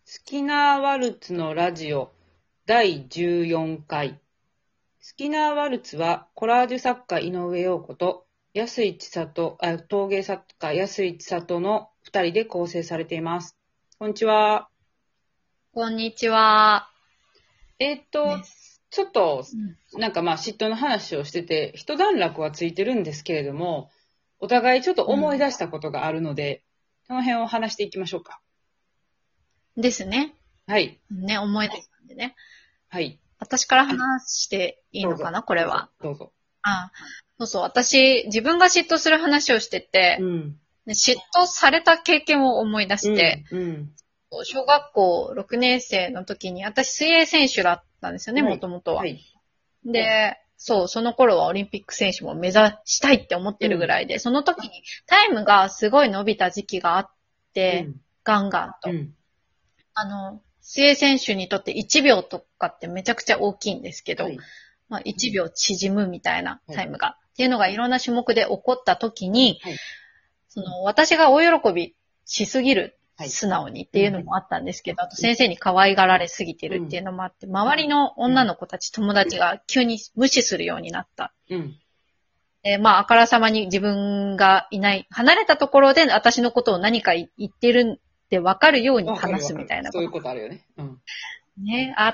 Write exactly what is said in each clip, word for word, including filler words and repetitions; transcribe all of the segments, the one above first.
スキナーワルツのラジオだいじゅうよんかい。スキナーワルツはコラージュ作家井上陽子と安井千里、あ陶芸作家安井千里のふたりで構成されています。こんにちは。 こんにちは。 えーっと、 ねちょっとうんなんかまあ嫉妬の話をしてて一段落はついてるんですけれども、お互いちょっと思い出したことがあるので、その辺を話していきましょうか。 ですね。 はい。 ね、思い出したんでね。 はい。 私から話していいどうぞ。 のかな、これは。 どうぞ。 あ、そうそう。私、自分が嫉妬する話をしてて、 うん。 で嫉妬された経験を思い出うん。 して、 うん。 小学校ろくねん生の時に、私水泳選手だったんですよね、 はい。 もともとは。 はい。 で、そう、その頃はオリンピック選手も目指したいって思ってるぐらいで、その時にタイムがすごい伸びた時期があっうて、 ん。 ガンガンと。 うん。 あの、水泳選手にとっていちびょうとかってめちゃくちゃ大きいんですけど、 はい。 まあ、いちびょう縮むみたいなはい。 タイムが。っていうのがいろんな種目で起こった時に、 はい。 その私が大喜びしすぎる、 はい。 素直にっていうのもあったんですけど、あと先生に可愛がられすぎてるっていうのもあって、周りの女の子たち、友達が急に無視するようになった。 うん。 で、まあ、あからさまに自分がいない、離れたところで私のことを何か言ってるって分かるようにわかる話すわかる。 みたいなことそういうことあるよね。うん。 ね、あって、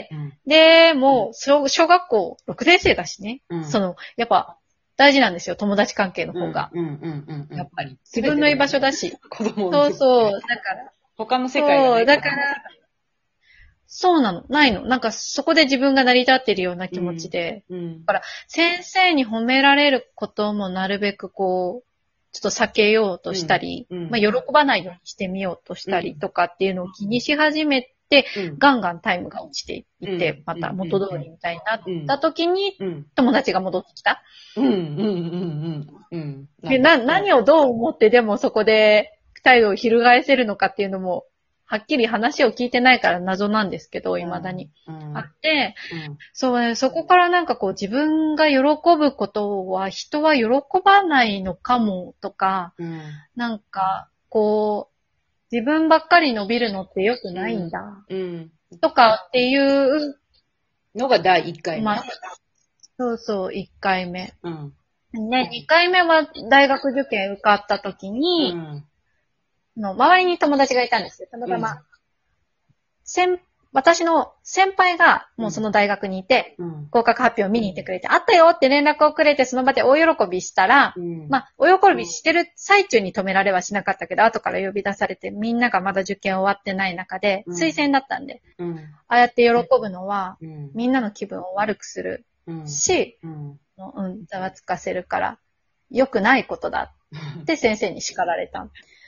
うん。 で、もう、小小学校ろくねん生だしね。 うん。 その、やっぱ、大事なんですよ、友達関係のうん。 方が。 うん。うん。うん。うん。 やっぱり。 す自分の居べてだよね。 場所だし。 子供の時。 そうそう。だから、 他の世界がなそう、 いから。 だから、そうなの、ないの。なんか、そこで自分が成り立ってるような気持ちうん。 で。 うん。 だから、先生に褒められることもなるべくこう、ちょっと避けようとしたり、 うん。 まあ、喜ばないようにしてみようとしたりとかっていうのを気にし始めて、 うん。 ガンガンタイムが落ちていって、 うん。 また元通りみたいになっうん。 た時に、 うん。 友達が戻ってきた。 うん。うん。うん。うん。なで、 るほど。 な、何をどう思ってでもそこで態度を翻せるのかっていうのも、はっきり話を聞いてないから謎なんですけど、未だに。 うん。 あって、 うん。 そうね、そこからなんかこう自分が喜ぶことは人は喜ばないのかもとか、 うん。 なんかこう自分ばっかり伸びるのって良くないんだうん。 とかっていう、 のがだいいっかいめ。 まあ、そうそう、いっかいめ。 うん。 ね、にかいめは大学受験受かった時うに、 ん。 の周りに友達がいたんですよ。たまたま。先、私の先輩がもうその大学にいて、 うん。 合格発表を見に行ってくれて、あったよって連絡をくれて、その場で大喜びしたら、 うん。 まあ、大喜びしてる最中に止められはしなかったけど、後から呼び出されて、みんながまだ受験終わってない中で、 うん推薦だったんで、 うん。 ああやって喜ぶのは、 うん。 みんなの気分を悪くするうん。 し、 うん。 うん、ざわつかせるから、良くないことだって先生に叱られた。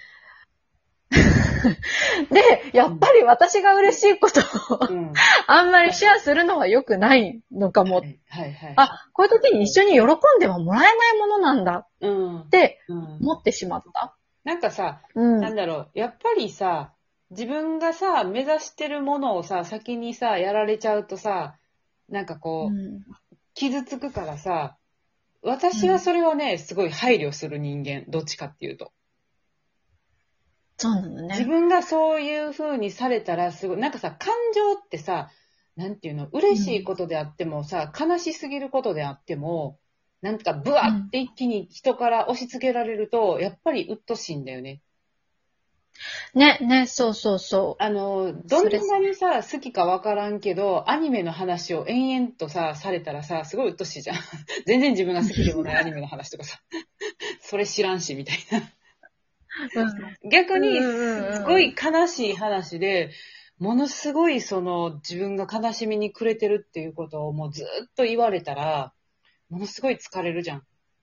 で、やっぱり私が嬉しいことを、 うん。 あんまりシェアするのは良くないのかも。 はいはいはい。 あ、こういう時に一緒に喜んではもらえないものなんだうんっ。てうん。 思ってしまった。 なんかさ、 うん。 なんだろう、やっぱりさ、自分がさ、目指してるものをさ、先にさ、やられちゃうとさ、なんかこう、 うん。 傷つくからさ、私はそれはね、すごい配慮する人間、どっちかっていうと。 そうなのね。 自分がそういう風にされたら、すごい、なんかさ、感情ってさ、なんていうの、嬉しいことであってもさ、悲しすぎることであっても、なんかブワって一気に人から押し付けられると、やっぱり鬱陶しいんだよね。 ね、ね、そうそうそあの、 う。 どんそれ、 なにさ、好きかわからんけど、アニメの話を延々とさ、されたらさ、すごい鬱陶しいじゃん。全然自分が好きでもないアニメの話とかさ、それ知らんし、みたいな。 うん。 逆に、 うんすうんうん。 ごい悲しい話で、ものすごいその自分が悲しみに暮れてるっていうことをもうずっと言われたら、ものすごい疲れるじゃん。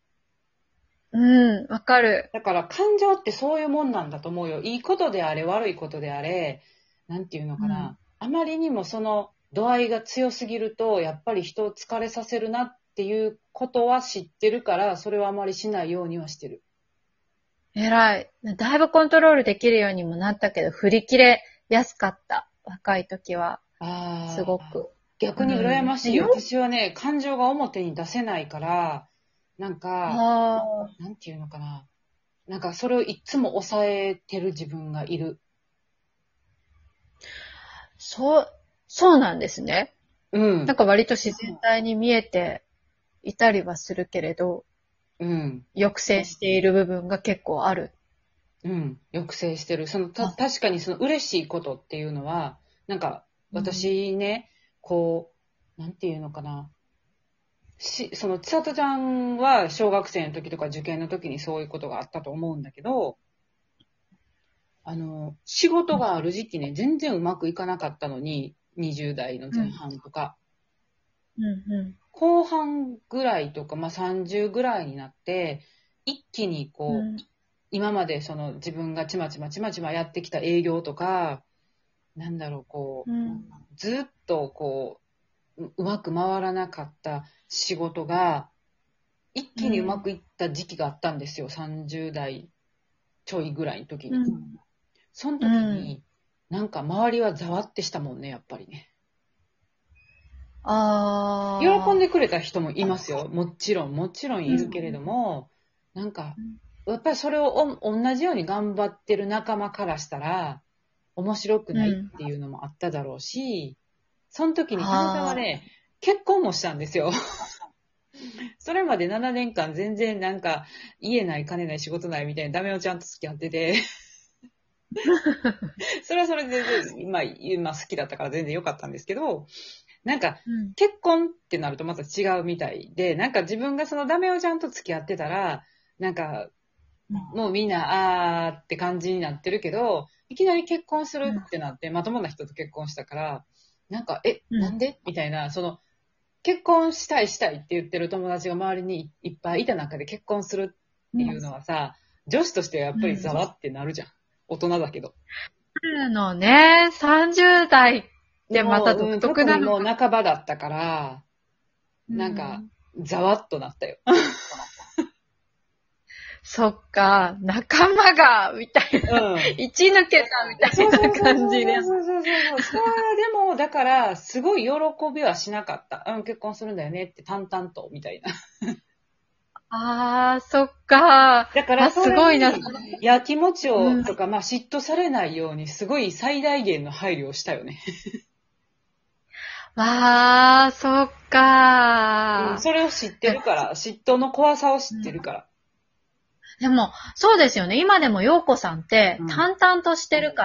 うん、わかる。 だから感情ってそういうもんなんだと思うよ。いいことであれ、悪いことであれ、なんていうのかうん。 な。あまりにもその度合いが強すぎると、やっぱり人を疲れさせるなっていうことは知ってるから、それはあまりしないようにはしてる。 偉い。だいぶコントロールできるようにもなったけど、振り切れやすかった。若い時は。すああ、 ごく。う逆に羨ん。 ましいよ。私はね、感情が表に出せないから、なんか、 ああ。 なんていうのかな。なんかそれをいつも抑えてる自分がいる。 そう、そうなんですね。 うん。 なんか割と自然体に見えていたりはするけれど、 うん。 抑制している部分が結構ある。 うん。抑制してる。その、た、 あ、 確かにその嬉しいことっていうのは、なんか、 うん。 私ね、こう、なんていうのかな。し、その、千里ちゃんは小学生の時とか受験の時にそういうことがあったと思うんだけど、あの、仕事がある時期ね、全然うまくいかなかったのに、にじゅう代の前うん。 半とか、 うん。 後半ぐらいとか、まあ、さんじゅうぐらいになって、一気にこう、 うん。 今までその自分がちまちまちまちまやってきた営業とか、なんだろう、こうん。 う、ずっとこう、ううまく回らなかった仕事が、一気にうまうん。 くいった時期があったんですよ。さんじゅう代ちょいぐらいの時に。 うん。 そのうん。 時に、なんか周りはざわってしたもんね、やっぱりね。喜んあでくれた人もいますよ。もちろん、もちろんー。うん。 いるけれども、なんか、やっぱりそれをお同じように頑張ってる仲間からしたら、面白くないうん。 っていうのもあっただろうし、その時にたまたまはあ。 ね、結婚もしたんですよ。それまでななねんかん全然なんか、家ない金ない仕事ないみたいなダメをちゃんと付き合ってて、それはそれで全然、まあ、今好きだったから全然良かったんですけど、なんか、 うん。 結婚ってなるとまた違うみたいで、なんか自分がそのダメをちゃんと付き合ってたら、なんか、もうみんな、あーって感じになってるけど、いきなり結婚するってなって、まともな人と結婚したから、なんか、え、 うん。 なんでみたいな、その、結婚したいしたいって言ってる友達が周りにいっぱいいた中で結婚するっていうのはさ、女子としてはやっぱりうん。 ざわってなるじゃん。大人だけど。 るのね、さんじゅう代ってまたもう、 独うん、特に特なのか。 もう半ばだったから、 うなんか、 ん。 ざわっとなったよ。 そっか、仲間が、みたいな。 うん。 一抜けたみたそうそういなそうそ感じで。 うそうそうそうそう。それはでも、だから、すごい喜びはしなかった。うん、結婚するんだよねって淡々と、みたいな。 ああ、そっか。 だから、 あ、 それすごいな。 に、やきもちうん。 を、とか、まあ、嫉妬されないように、すごい最大限の配慮をしたよね。 わあ、そっうん、 か。 それを知ってで、 るから、嫉妬の怖さを知ってるから。 でも、そうですよね。今でも陽子さんってうん、 淡々としてるから、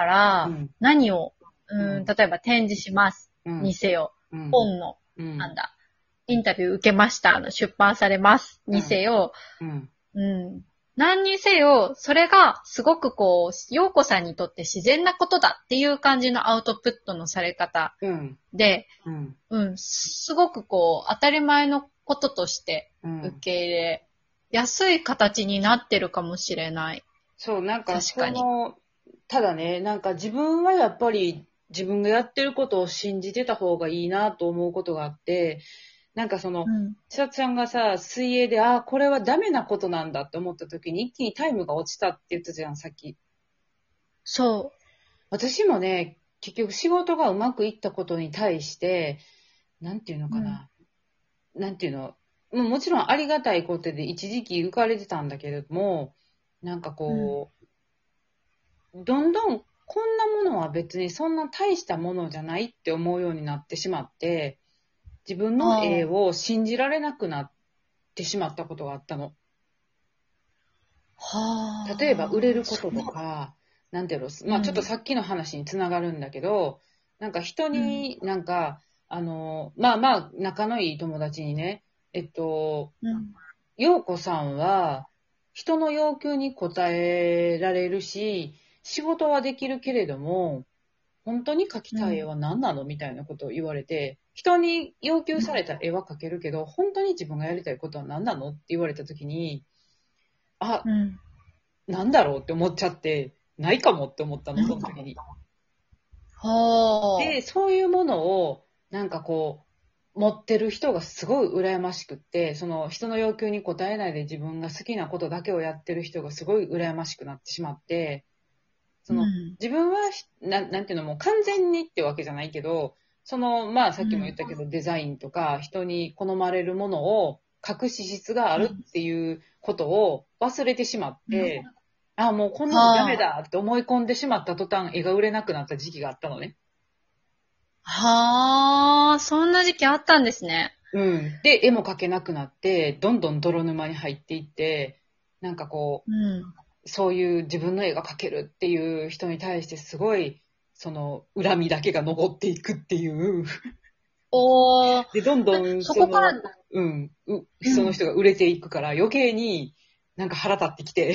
うん、 何を、うん、 うん、 例えば展示します。 うん、 にせよ。 うん、 本の、 うん、 なんだ。インタビュー受けました。あの、出版されます。にうん、 せよ。 うん、 うん。何にせよ、それがすごくこう、陽子さんにとって自然なことだっていう感じのアウトプットのされ方うん、 で、 うん、 うん、すごくこう、当たり前のこととしてうん。 受け入れやすい形になってるかもしれない。 そう、なんか、 確かに。 その、ただね、なんか自分はやっぱり自分がやってることを信じてた方がいいなと思うことがあって、なんかその、 うん。 千里ちゃんがさ、水泳で、ああ、これはダメなことなんだって思った時に一気にタイムが落ちたって言ったじゃん、さっき。 そ私もね、結局仕事がうまくいったことに対して、なんていうのう。うん。 かな。なんていうの、もうもちろんありがたいことで一時期浮かれてたんだけれども、なんかうん。 こう、どんどんこんなものは別にそんな大したものじゃないって思うようになってしまって、自分の絵あを信じられなくなってしまったことがあったの。 あ。は例えば売れあ。 ることとそう。 か、なんていうの、まあちょっとうん。 さっきの話につながるんだけど、なんか人うん。 になんか、あの、まあまあ仲のいい友達にね、えっと、 うん。 陽子さんは人の要求に応えられるし、仕事はできるけれども、本当に描きうん。 たい絵は何なのみたいなことを言われて、人に要求された絵は描けるけど、本当に自分がやりたいことは何なのって言われたときに、あ、 うん。 なんだろうって思っちゃって、ないかもって思ったの、その時に。で、 はあ。 そういうものを、なんかこう、持ってる人がすごい羨ましくって、その人の要求に応えないで自分が好きなことだけをやってる人がすごい羨ましくなってしまって、そのうん。 自分はな、なんていうのもう完全にってわけじゃないけど、その、まあさっきも言っうん。 たけどデザインとか人に好まれるものを隠し質があるうん。 っていうことを忘れてしまっうん。 て、あ、もうこんなのダメはあ。 だって思い込んでしまった途端絵が売れなくなった時期があったのね。 はあ、そんな時期あったんですね。 うん。で、絵も描けなくなって、どんどん泥沼に入っていって、なんかこうん。 う、そういう自分の絵が描けるっていう人に対してすごい、その、恨みだけが残っていくっていう。 おー、 で、どんどん、 そこから、 その、うん、うそのうん。 人が売れていくから余計になんか腹立ってきて。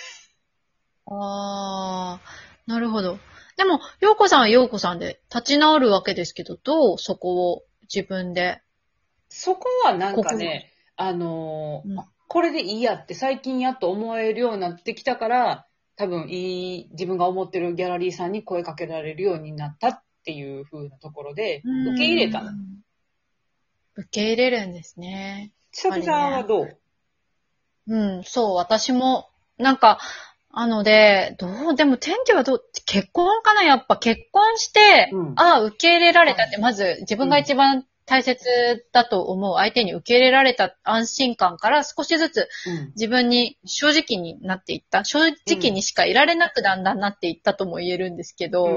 ああ、なるほど。でも、ようこさんはようこさんで立ち直るわけですけど、どうそこを自分で、 そこはなんここ、 かね、あのーうん、 これでいいやって最近やっと思えるようになってきたから、多分いい、自分が思ってるギャラリーさんに声かけられるようになったっていう風なところで、 う受け入れたの。 ん、受け入れるんですね。やっぱ千里さんはりね。 どう？ うん、そう、私も、なんか、あので、どう、でも天気はどう、結婚かなやっぱ結婚して、 うん。 ああ、受け入れられたって、まず自分が一番大切だと思う相手に受け入れられた安心感から少しずつうん。 自分に正直になっていった。正直にしかいられなくだんだんなっていったとも言えるんですけど、 うん。うん。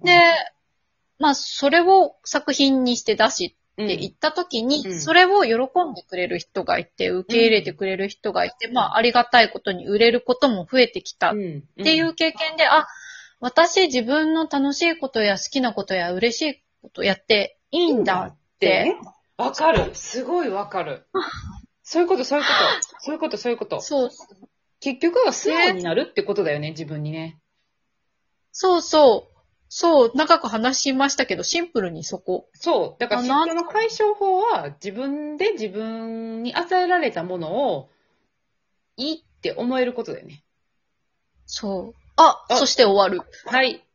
で、まあ、それを作品にして出しうん。 って言った時に、 うんそれを喜んでくれる人がいて、受け入れてくれる人がいて、まあ、ありがたいことに売れることも増えてきたっうん。 ていう経験で、あ、私自分の楽しいことや好きなことや嬉しいことやっていいんだっでて、 ね、わかる。すごいわかる。そういうこと、そういうこと。そういうこと、そういうこと。 そう、 結局は素直で、 になるってことだよね、自分にね。 そうそう、そう、長く話しましたけど、シンプルにそこ。 そう。だからあ、なん、 嫉妬の解消法は自分で自分に与えられたものをいいって思えることだよね。 そう。あ、 あ、 そして終わる。 はい。